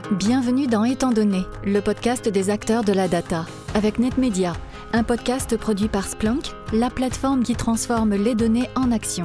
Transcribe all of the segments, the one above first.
Bienvenue dans Étant donné, le podcast des acteurs de la data, avec NetMedia, un podcast produit par Splunk, la plateforme qui transforme les données en action.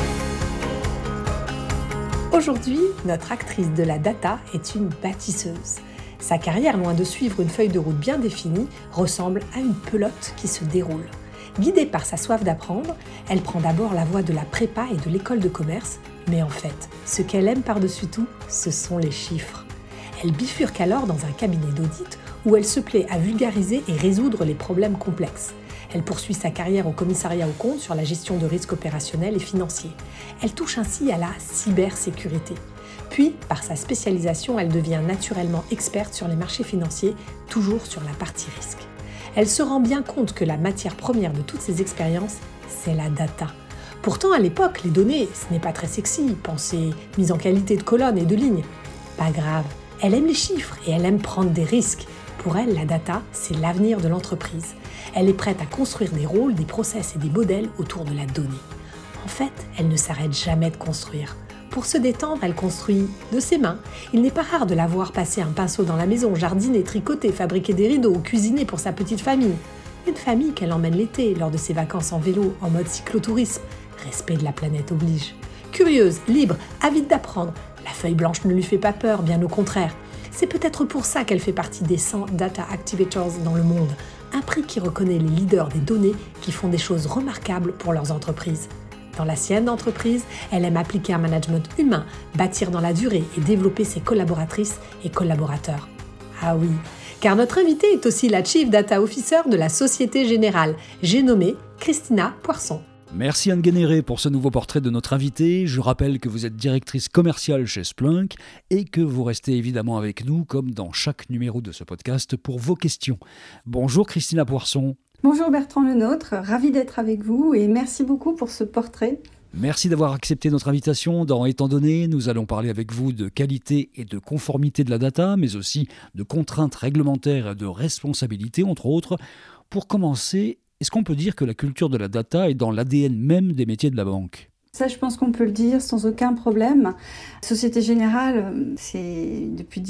Aujourd'hui, notre actrice de la data est une bâtisseuse. Sa carrière, loin de suivre une feuille de route bien définie, ressemble à une pelote qui se déroule. Guidée par sa soif d'apprendre, elle prend d'abord la voie de la prépa et de l'école de commerce, mais en fait, ce qu'elle aime par-dessus tout, ce sont les chiffres. Elle bifurque alors dans un cabinet d'audit où elle se plaît à vulgariser et résoudre les problèmes complexes. Elle poursuit sa carrière au commissariat aux comptes sur la gestion de risques opérationnels et financiers. Elle touche ainsi à la cybersécurité. Puis, par sa spécialisation, elle devient naturellement experte sur les marchés financiers, toujours sur la partie risque. Elle se rend bien compte que la matière première de toutes ces expériences, c'est la data. Pourtant, à l'époque, les données, ce n'est pas très sexy, pensez mise en qualité de colonnes et de lignes. Pas grave, elle aime les chiffres et elle aime prendre des risques. Pour elle, la data, c'est l'avenir de l'entreprise. Elle est prête à construire des rôles, des process et des modèles autour de la donnée. En fait, elle ne s'arrête jamais de construire. Pour se détendre, elle construit de ses mains. Il n'est pas rare de la voir passer un pinceau dans la maison, jardiner, tricoter, fabriquer des rideaux ou cuisiner pour sa petite famille. Une famille qu'elle emmène l'été, lors de ses vacances en vélo, en mode cyclotourisme. Respect de la planète oblige. Curieuse, libre, avide d'apprendre, la feuille blanche ne lui fait pas peur, bien au contraire. C'est peut-être pour ça qu'elle fait partie des 100 Data Activators dans le monde, un prix qui reconnaît les leaders des données qui font des choses remarquables pour leurs entreprises. Dans la sienne d'entreprise, elle aime appliquer un management humain, bâtir dans la durée et développer ses collaboratrices et collaborateurs. Ah oui, car notre invitée est aussi la Chief Data Officer de la Société Générale. J'ai nommé Christina Poirson. Merci Anne Guénéré pour ce nouveau portrait de notre invitée. Je rappelle que vous êtes directrice commerciale chez Splunk et que vous restez évidemment avec nous, comme dans chaque numéro de ce podcast, pour vos questions. Bonjour Christina Poirson. Bonjour Bertrand Lenôtre, ravi d'être avec vous et merci beaucoup pour ce portrait. Merci d'avoir accepté notre invitation. Dans Étant donné, nous allons parler avec vous de qualité et de conformité de la data, mais aussi de contraintes réglementaires et de responsabilité, entre autres. Pour commencer, est-ce qu'on peut dire que la culture de la data est dans l'ADN même des métiers de la banque ? Ça, je pense qu'on peut le dire sans aucun problème. Société Générale, c'est depuis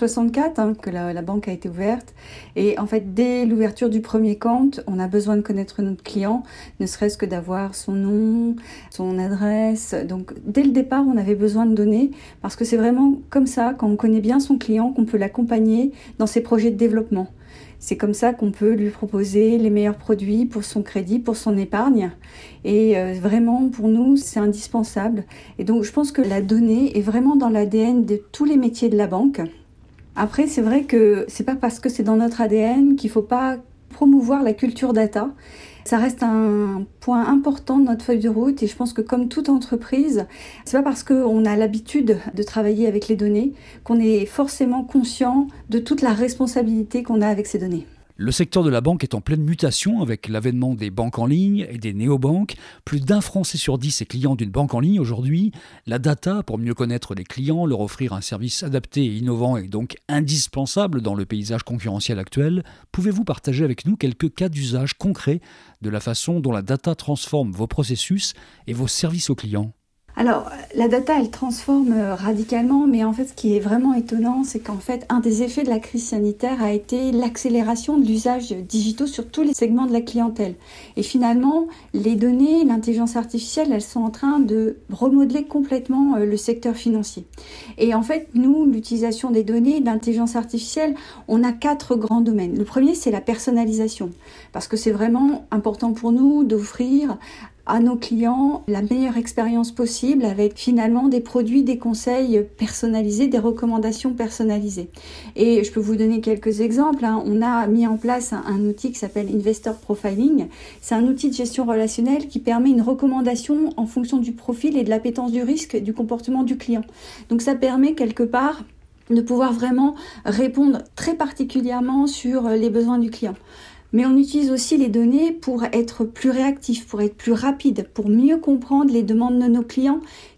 1864 que la banque a été ouverte. Et en fait, dès l'ouverture du premier compte, on a besoin de connaître notre client, ne serait-ce que d'avoir son nom, son adresse. Donc, dès le départ, on avait besoin de données parce que c'est vraiment comme ça, quand on connaît bien son client, qu'on peut l'accompagner dans ses projets de développement. C'est comme ça qu'on peut lui proposer les meilleurs produits pour son crédit, pour son épargne. Et vraiment, pour nous, c'est indispensable. Et donc, je pense que la donnée est vraiment dans l'ADN de tous les métiers de la banque. Après, c'est vrai que c'est pas parce que c'est dans notre ADN qu'il faut pas promouvoir la culture data. Ça reste un point important de notre feuille de route et je pense que comme toute entreprise, c'est pas parce qu'on a l'habitude de travailler avec les données qu'on est forcément conscient de toute la responsabilité qu'on a avec ces données. Le secteur de la banque est en pleine mutation avec l'avènement des banques en ligne et des néobanques. Plus d'un Français sur 10 est client d'une banque en ligne aujourd'hui. La data, pour mieux connaître les clients, leur offrir un service adapté et innovant est donc indispensable dans le paysage concurrentiel actuel. Pouvez-vous partager avec nous quelques cas d'usage concrets de la façon dont la data transforme vos processus et vos services aux clients ? Alors, la data, elle transforme radicalement, mais en fait, ce qui est vraiment étonnant, c'est qu'en fait, un des effets de la crise sanitaire a été l'accélération de l'usage digitaux sur tous les segments de la clientèle. Et finalement, les données, l'intelligence artificielle, elles sont en train de remodeler complètement le secteur financier. Et en fait, nous, l'utilisation des données, l'intelligence artificielle, on a 4 grands domaines. Le premier, c'est la personnalisation, parce que c'est vraiment important pour nous d'offrir à nos clients la meilleure expérience possible avec finalement des produits, des conseils personnalisés, des recommandations personnalisées. Et je peux vous donner quelques exemples. On a mis en place un outil qui s'appelle Investor Profiling. C'est un outil de gestion relationnelle qui permet une recommandation en fonction du profil et de l'appétence du risque et du comportement du client. Donc ça permet quelque part de pouvoir vraiment répondre très particulièrement sur les besoins du client. Mais on utilise aussi les données pour être plus réactif, pour être plus rapide, pour mieux comprendre les demandes de nos clients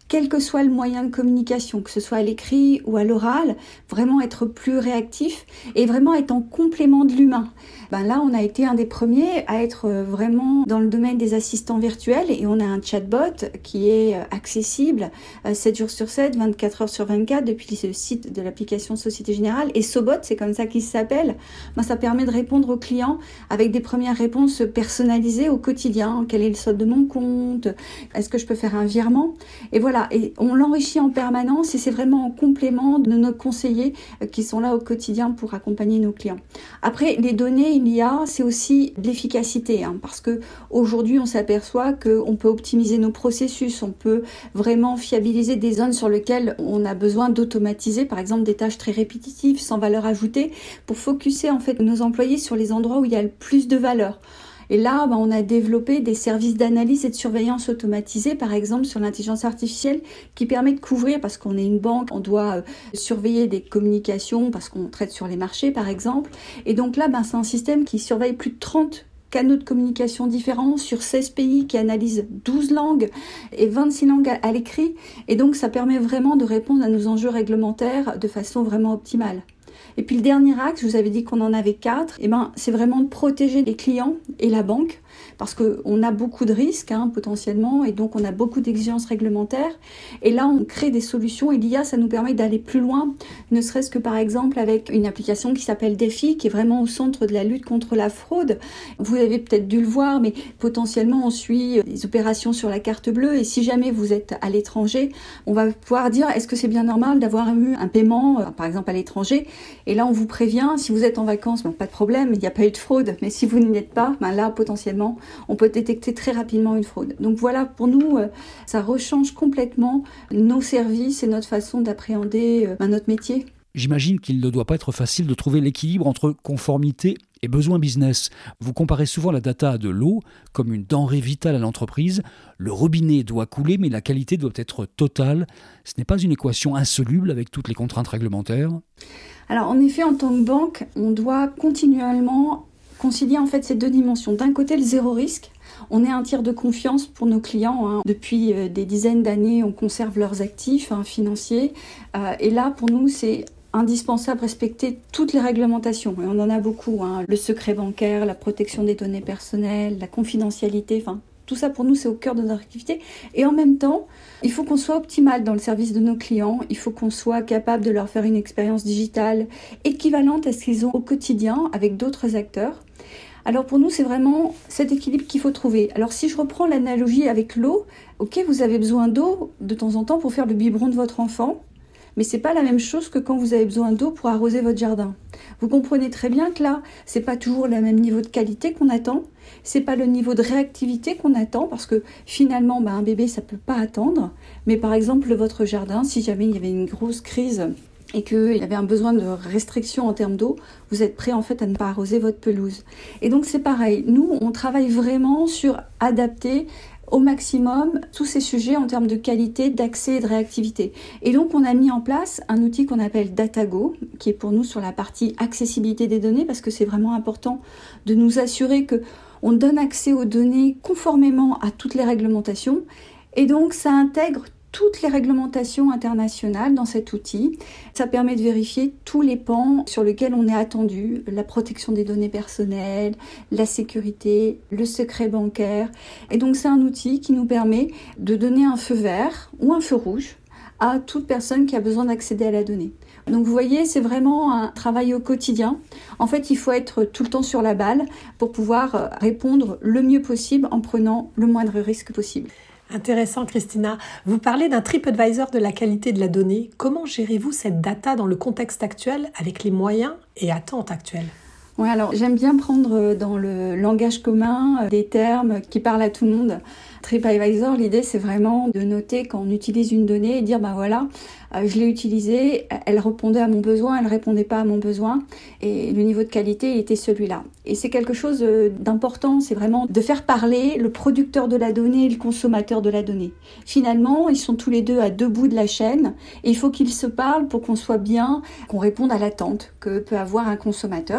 quel que soit le moyen de communication, que ce soit à l'écrit ou à l'oral, vraiment être plus réactif et vraiment être en complément de l'humain. Là, on a été un des premiers à être vraiment dans le domaine des assistants virtuels et on a un chatbot qui est accessible 7 jours sur 7, 24 heures sur 24 depuis le site de l'application Société Générale. Et Sobot, c'est comme ça qu'il s'appelle, ça permet de répondre aux clients avec des premières réponses personnalisées au quotidien. Quel est le solde de mon compte? Est-ce que je peux faire un virement? Et voilà, et on l'enrichit en permanence et c'est vraiment en complément de nos conseillers qui sont là au quotidien pour accompagner nos clients. Après, les données, l'IA, c'est aussi de l'efficacité, parce que aujourd'hui, on s'aperçoit qu'on peut optimiser nos processus, on peut vraiment fiabiliser des zones sur lesquelles on a besoin d'automatiser, par exemple des tâches très répétitives, sans valeur ajoutée, pour focuser en fait nos employés sur les endroits où il y a le plus de valeur. Et là, on a développé des services d'analyse et de surveillance automatisés, par exemple sur l'intelligence artificielle, qui permet de couvrir, parce qu'on est une banque, on doit surveiller des communications, parce qu'on traite sur les marchés, par exemple. Et donc là, c'est un système qui surveille plus de 30 canaux de communication différents sur 16 pays, qui analysent 12 langues et 26 langues à l'écrit. Et donc, ça permet vraiment de répondre à nos enjeux réglementaires de façon vraiment optimale. Et puis le dernier axe, je vous avais dit qu'on en avait 4, c'est vraiment de protéger les clients et la banque, parce qu'on a beaucoup de risques potentiellement, et donc on a beaucoup d'exigences réglementaires. Et là, on crée des solutions, et l'IA, ça nous permet d'aller plus loin, ne serait-ce que par exemple avec une application qui s'appelle DEFI, qui est vraiment au centre de la lutte contre la fraude. Vous avez peut-être dû le voir, mais potentiellement, on suit des opérations sur la carte bleue, et si jamais vous êtes à l'étranger, on va pouvoir dire, est-ce que c'est bien normal d'avoir eu un paiement, par exemple à l'étranger? Et là, on vous prévient, si vous êtes en vacances, pas de problème, il n'y a pas eu de fraude. Mais si vous n'y êtes pas, là, potentiellement, on peut détecter très rapidement une fraude. Donc voilà, pour nous, ça rechange complètement nos services et notre façon d'appréhender notre métier. J'imagine qu'il ne doit pas être facile de trouver l'équilibre entre conformité et besoin business. Vous comparez souvent la data à de l'eau, comme une denrée vitale à l'entreprise. Le robinet doit couler, mais la qualité doit être totale. Ce n'est pas une équation insoluble avec toutes les contraintes réglementaires. Alors en effet, en tant que banque, on doit continuellement concilier en fait ces deux dimensions. D'un côté, le zéro risque. On est un tiers de confiance pour nos clients. Depuis des dizaines d'années, on conserve leurs actifs financiers. Et là, pour nous, c'est indispensable de respecter toutes les réglementations. Et on en a beaucoup. Le secret bancaire, la protection des données personnelles, la confidentialité, tout ça pour nous, c'est au cœur de notre activité. Et en même temps, il faut qu'on soit optimal dans le service de nos clients. Il faut qu'on soit capable de leur faire une expérience digitale équivalente à ce qu'ils ont au quotidien avec d'autres acteurs. Alors pour nous, c'est vraiment cet équilibre qu'il faut trouver. Alors si je reprends l'analogie avec l'eau, ok, vous avez besoin d'eau de temps en temps pour faire le biberon de votre enfant. Mais c'est pas la même chose que quand vous avez besoin d'eau pour arroser votre jardin. Vous comprenez très bien que là, c'est pas toujours le même niveau de qualité qu'on attend, c'est pas le niveau de réactivité qu'on attend, parce que finalement, un bébé, ça peut pas attendre. Mais par exemple, votre jardin, si jamais il y avait une grosse crise et qu'il y avait un besoin de restriction en termes d'eau, vous êtes prêt en fait à ne pas arroser votre pelouse. Et donc c'est pareil, nous, on travaille vraiment sur adapter au maximum tous ces sujets en termes de qualité, d'accès et de réactivité. Et donc, on a mis en place un outil qu'on appelle DataGo, qui est pour nous sur la partie accessibilité des données, parce que c'est vraiment important de nous assurer qu'on donne accès aux données conformément à toutes les réglementations. Et donc, ça intègre toutes les réglementations internationales dans cet outil. Ça permet de vérifier tous les pans sur lesquels on est attendu, la protection des données personnelles, la sécurité, le secret bancaire. Et donc c'est un outil qui nous permet de donner un feu vert ou un feu rouge à toute personne qui a besoin d'accéder à la donnée. Donc vous voyez, c'est vraiment un travail au quotidien. En fait, il faut être tout le temps sur la balle pour pouvoir répondre le mieux possible en prenant le moindre risque possible. Intéressant, Christina. Vous parlez d'un TripAdvisor de la qualité de la donnée. Comment gérez-vous cette data dans le contexte actuel avec les moyens et attentes actuelles ? Oui, alors j'aime bien prendre dans le langage commun des termes qui parlent à tout le monde. TripAdvisor, l'idée c'est vraiment de noter quand on utilise une donnée et dire voilà, je l'ai utilisée, elle répondait à mon besoin, elle répondait pas à mon besoin et le niveau de qualité était celui-là. Et c'est quelque chose d'important, c'est vraiment de faire parler le producteur de la donnée et le consommateur de la donnée. Finalement, ils sont tous les deux à deux bouts de la chaîne et il faut qu'ils se parlent pour qu'on soit bien, qu'on réponde à l'attente que peut avoir un consommateur quand il va utiliser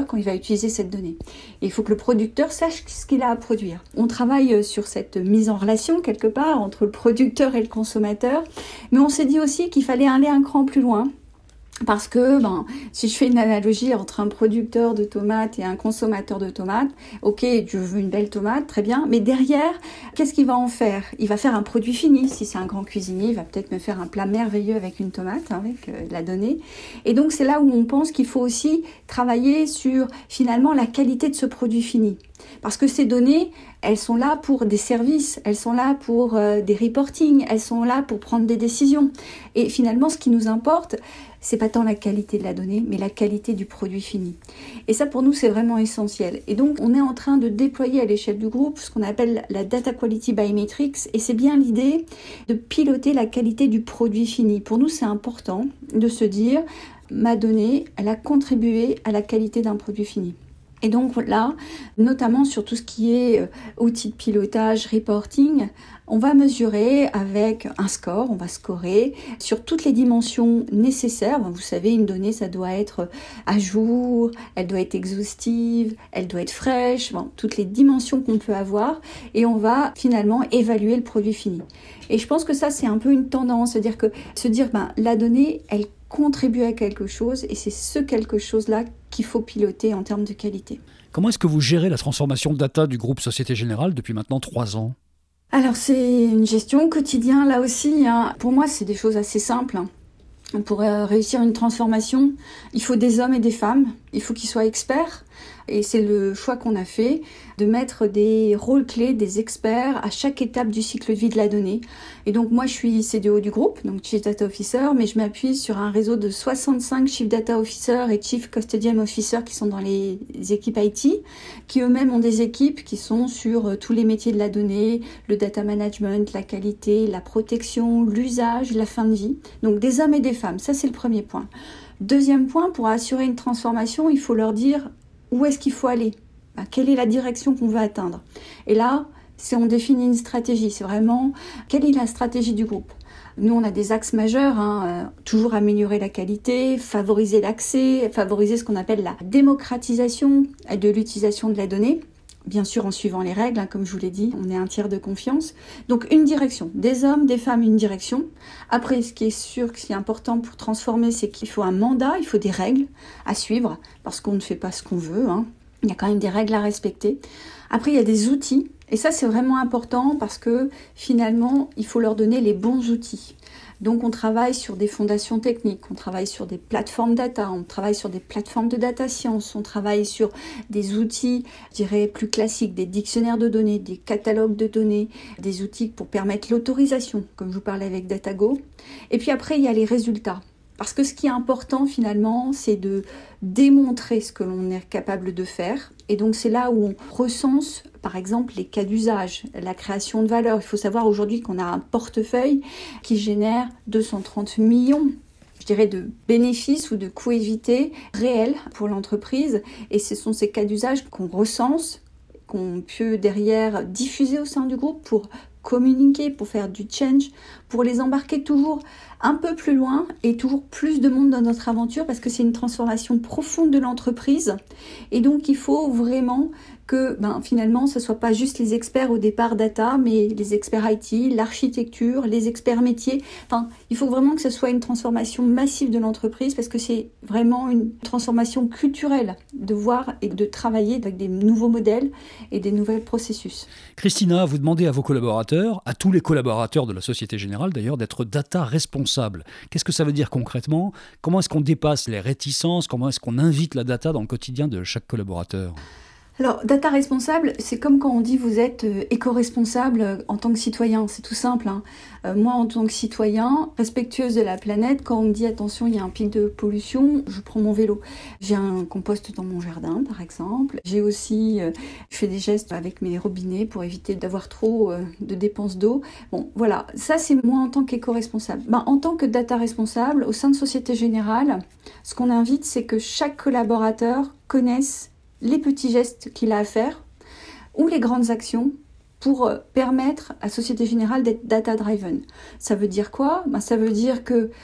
utiliser cette donnée. Et il faut que le producteur sache ce qu'il a à produire. On travaille sur cette mise en relation quelque part entre le producteur et le consommateur, mais on s'est dit aussi qu'il fallait aller un cran plus loin. Parce que, si je fais une analogie entre un producteur de tomates et un consommateur de tomates, ok, je veux une belle tomate, très bien, mais derrière, qu'est-ce qu'il va en faire ? Il va faire un produit fini. Si c'est un grand cuisinier, il va peut-être me faire un plat merveilleux avec une tomate, avec la donnée. Et donc, c'est là où on pense qu'il faut aussi travailler sur, finalement, la qualité de ce produit fini. Parce que ces données, elles sont là pour des services, elles sont là pour des reporting, elles sont là pour prendre des décisions. Et finalement, ce qui nous importe, c'est pas tant la qualité de la donnée, mais la qualité du produit fini. Et ça, pour nous, c'est vraiment essentiel. Et donc, on est en train de déployer à l'échelle du groupe ce qu'on appelle la Data Quality by Metrics. Et c'est bien l'idée de piloter la qualité du produit fini. Pour nous, c'est important de se dire, ma donnée, elle a contribué à la qualité d'un produit fini. Et donc là, notamment sur tout ce qui est outils de pilotage, reporting, on va mesurer avec un score, on va scorer sur toutes les dimensions nécessaires. Vous savez, une donnée, ça doit être à jour, elle doit être exhaustive, elle doit être fraîche, toutes les dimensions qu'on peut avoir. Et on va finalement évaluer le produit fini. Et je pense que ça, c'est un peu une tendance, c'est-à-dire que se dire, la donnée, elle contribuer à quelque chose et c'est ce quelque chose-là qu'il faut piloter en termes de qualité. Comment est-ce que vous gérez la transformation data du groupe Société Générale depuis maintenant 3 ans ? Alors c'est une gestion quotidienne là aussi. Pour moi, c'est des choses assez simples. Pour réussir une transformation, il faut des hommes et des femmes, il faut qu'ils soient experts. Et c'est le choix qu'on a fait de mettre des rôles clés, des experts à chaque étape du cycle de vie de la donnée. Et donc moi je suis CDO du groupe, donc Chief Data Officer, mais je m'appuie sur un réseau de 65 Chief Data Officer et Chief Custodian Officer qui sont dans les équipes IT, qui eux-mêmes ont des équipes qui sont sur tous les métiers de la donnée, le data management, la qualité, la protection, l'usage, la fin de vie. Donc des hommes et des femmes, ça c'est le premier point. Deuxième point, pour assurer une transformation, il faut leur dire où est-ce qu'il faut aller ? Quelle est la direction qu'on veut atteindre ? Et là, on définit une stratégie. C'est vraiment, quelle est la stratégie du groupe ? Nous, on a des axes majeurs, toujours améliorer la qualité, favoriser l'accès, favoriser ce qu'on appelle la démocratisation de l'utilisation de la donnée. Bien sûr, en suivant les règles, comme je vous l'ai dit, on est un tiers de confiance. Donc, une direction. Des hommes, des femmes, une direction. Après, ce qui est sûr, ce qui est important pour transformer, c'est qu'il faut un mandat, il faut des règles à suivre, parce qu'on ne fait pas ce qu'on veut. Il y a quand même des règles à respecter. Après, il y a des outils. Et ça, c'est vraiment important parce que, finalement, il faut leur donner les bons outils. Donc, on travaille sur des fondations techniques, on travaille sur des plateformes data, on travaille sur des plateformes de data science, on travaille sur des outils, je dirais, plus classiques, des dictionnaires de données, des catalogues de données, des outils pour permettre l'autorisation, comme je vous parlais avec DataGo. Et puis après, il y a les résultats. Parce que ce qui est important finalement, c'est de démontrer ce que l'on est capable de faire. Et donc c'est là où on recense par exemple les cas d'usage, la création de valeur. Il faut savoir aujourd'hui qu'on a un portefeuille qui génère 230 millions. Je dirais de bénéfices ou de coûts évités réels pour l'entreprise. Et ce sont ces cas d'usage qu'on recense, qu'on peut derrière diffuser au sein du groupe pour communiquer, pour faire du change, pour les embarquer toujours un peu plus loin et toujours plus de monde dans notre aventure parce que c'est une transformation profonde de l'entreprise. Et donc, il faut vraiment que finalement, ce ne soit pas juste les experts au départ data, mais les experts IT, l'architecture, les experts métiers. Enfin, il faut vraiment que ce soit une transformation massive de l'entreprise parce que c'est vraiment une transformation culturelle de voir et de travailler avec des nouveaux modèles et des nouveaux processus. Christina, vous demandez à vos collaborateurs, à tous les collaborateurs de la Société Générale d'ailleurs, d'être data responsables. Qu'est-ce que ça veut dire concrètement ? Comment est-ce qu'on dépasse les réticences ? Comment est-ce qu'on invite la data dans le quotidien de chaque collaborateur ? Alors, data responsable, c'est comme quand on dit vous êtes éco-responsable en tant que citoyen, c'est tout simple. Moi, en tant que citoyen, respectueuse de la planète, quand on me dit attention, il y a un pic de pollution, je prends mon vélo. J'ai un compost dans mon jardin, par exemple. J'ai aussi fait des gestes avec mes robinets pour éviter d'avoir trop de dépenses d'eau. Bon, voilà, ça c'est moi en tant qu'éco-responsable. En tant que data responsable, au sein de Société Générale, ce qu'on invite, c'est que chaque collaborateur connaisse les petits gestes qu'il a à faire ou les grandes actions pour permettre à Société Générale d'être data-driven. Ça veut dire quoi ? Ça veut dire que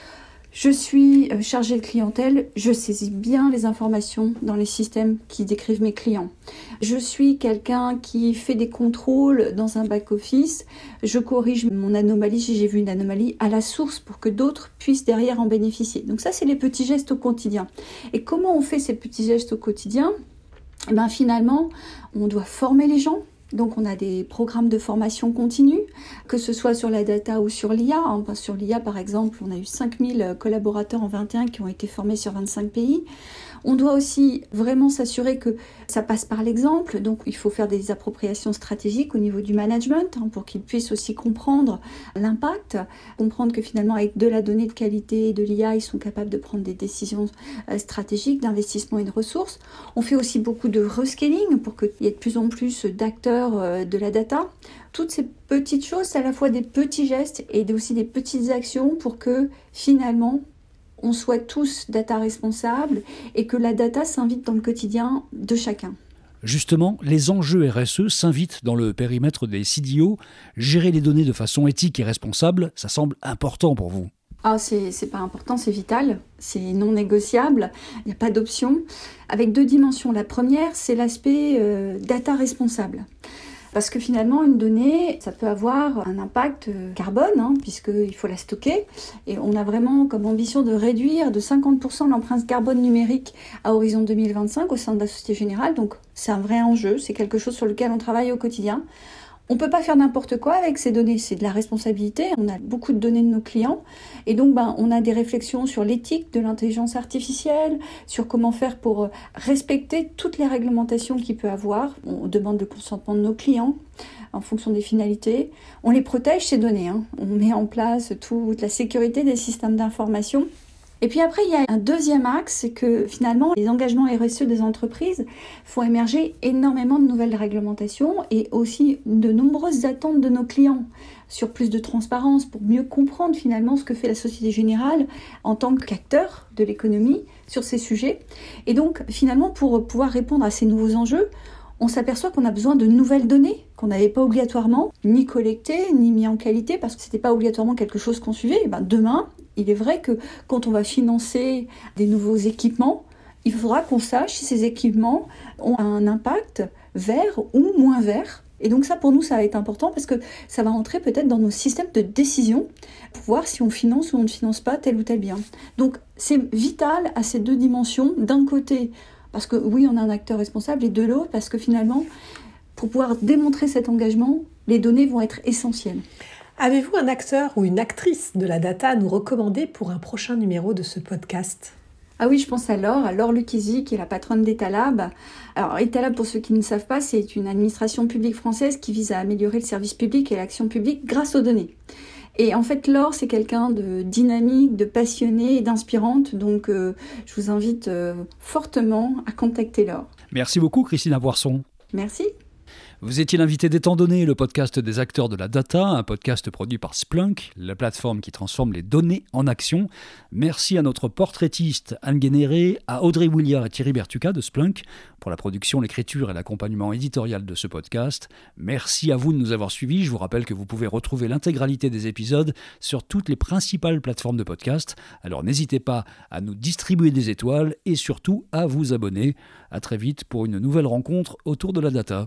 Je suis chargée de clientèle, je saisis bien les informations dans les systèmes qui décrivent mes clients. Je suis quelqu'un qui fait des contrôles dans un back-office, je corrige mon anomalie si j'ai vu une anomalie à la source pour que d'autres puissent derrière en bénéficier. Donc ça, c'est les petits gestes au quotidien. Et comment on fait ces petits gestes au quotidien ? Finalement, on doit former les gens. Donc on a des programmes de formation continue, que ce soit sur la data ou sur l'IA. Sur l'IA par exemple, on a eu 5000 collaborateurs en 21 qui ont été formés sur 25 pays. On doit aussi vraiment s'assurer que ça passe par l'exemple, donc il faut faire des appropriations stratégiques au niveau du management pour qu'ils puissent aussi comprendre l'impact, comprendre que finalement avec de la donnée de qualité et de l'IA, ils sont capables de prendre des décisions stratégiques d'investissement et de ressources. On fait aussi beaucoup de rescaling pour qu'il y ait de plus en plus d'acteurs de la data. Toutes ces petites choses, c'est à la fois des petits gestes et aussi des petites actions pour que finalement on soit tous data responsables et que la data s'invite dans le quotidien de chacun. Justement, les enjeux RSE s'invitent dans le périmètre des CDO. Gérer les données de façon éthique et responsable, ça semble important pour vous. C'est pas important, c'est vital, c'est non négociable, il n'y a pas d'option. Avec 2 dimensions. La première, c'est l'aspect data responsable. Parce que finalement, une donnée, ça peut avoir un impact carbone, puisqu'il faut la stocker. Et on a vraiment comme ambition de réduire de 50% l'empreinte carbone numérique à horizon 2025 au sein de la Société Générale. Donc c'est un vrai enjeu, c'est quelque chose sur lequel on travaille au quotidien. On ne peut pas faire n'importe quoi avec ces données, c'est de la responsabilité. On a beaucoup de données de nos clients et donc on a des réflexions sur l'éthique de l'intelligence artificielle, sur comment faire pour respecter toutes les réglementations qu'il peut avoir. On demande le consentement de nos clients en fonction des finalités. On les protège, ces données. On met en place toute la sécurité des systèmes d'information. Et puis après, il y a un deuxième axe, c'est que finalement, les engagements RSE des entreprises font émerger énormément de nouvelles réglementations et aussi de nombreuses attentes de nos clients sur plus de transparence pour mieux comprendre finalement ce que fait la Société Générale en tant qu'acteur de l'économie sur ces sujets. Et donc finalement, pour pouvoir répondre à ces nouveaux enjeux, on s'aperçoit qu'on a besoin de nouvelles données qu'on n'avait pas obligatoirement ni collectées, ni mis en qualité parce que c'était pas obligatoirement quelque chose qu'on suivait. Et demain, il est vrai que quand on va financer des nouveaux équipements, il faudra qu'on sache si ces équipements ont un impact vert ou moins vert. Et donc ça, pour nous, ça va être important parce que ça va entrer peut-être dans nos systèmes de décision pour voir si on finance ou on ne finance pas tel ou tel bien. Donc c'est vital à ces 2 dimensions. D'un côté, parce que oui, on a un acteur responsable, et de l'autre, parce que finalement, pour pouvoir démontrer cet engagement, les données vont être essentielles. Avez-vous un acteur ou une actrice de la data à nous recommander pour un prochain numéro de ce podcast ? Ah oui, je pense à Laure Lucchesi, qui est la patronne d'Etalab. Alors, Etalab, pour ceux qui ne savent pas, c'est une administration publique française qui vise à améliorer le service public et l'action publique grâce aux données. Et en fait, Laure, c'est quelqu'un de dynamique, de passionné et d'inspirante. Donc, je vous invite fortement à contacter Laure. Merci beaucoup, Christina Boisson. Merci. Vous étiez l'invité d'Étant donné, le podcast des acteurs de la data, un podcast produit par Splunk, la plateforme qui transforme les données en action. Merci à notre portraitiste Anne Guénéré, à Audrey Williard et Thierry Bertuca de Splunk pour la production, l'écriture et l'accompagnement éditorial de ce podcast. Merci à vous de nous avoir suivis. Je vous rappelle que vous pouvez retrouver l'intégralité des épisodes sur toutes les principales plateformes de podcast. Alors n'hésitez pas à nous distribuer des étoiles et surtout à vous abonner. À très vite pour une nouvelle rencontre autour de la data.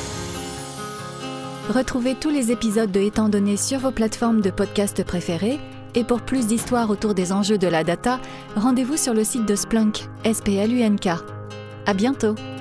Retrouvez tous les épisodes de Étant donné sur vos plateformes de podcast préférées. Et pour plus d'histoires autour des enjeux de la data, rendez-vous sur le site de Splunk, SPLUNK. À bientôt!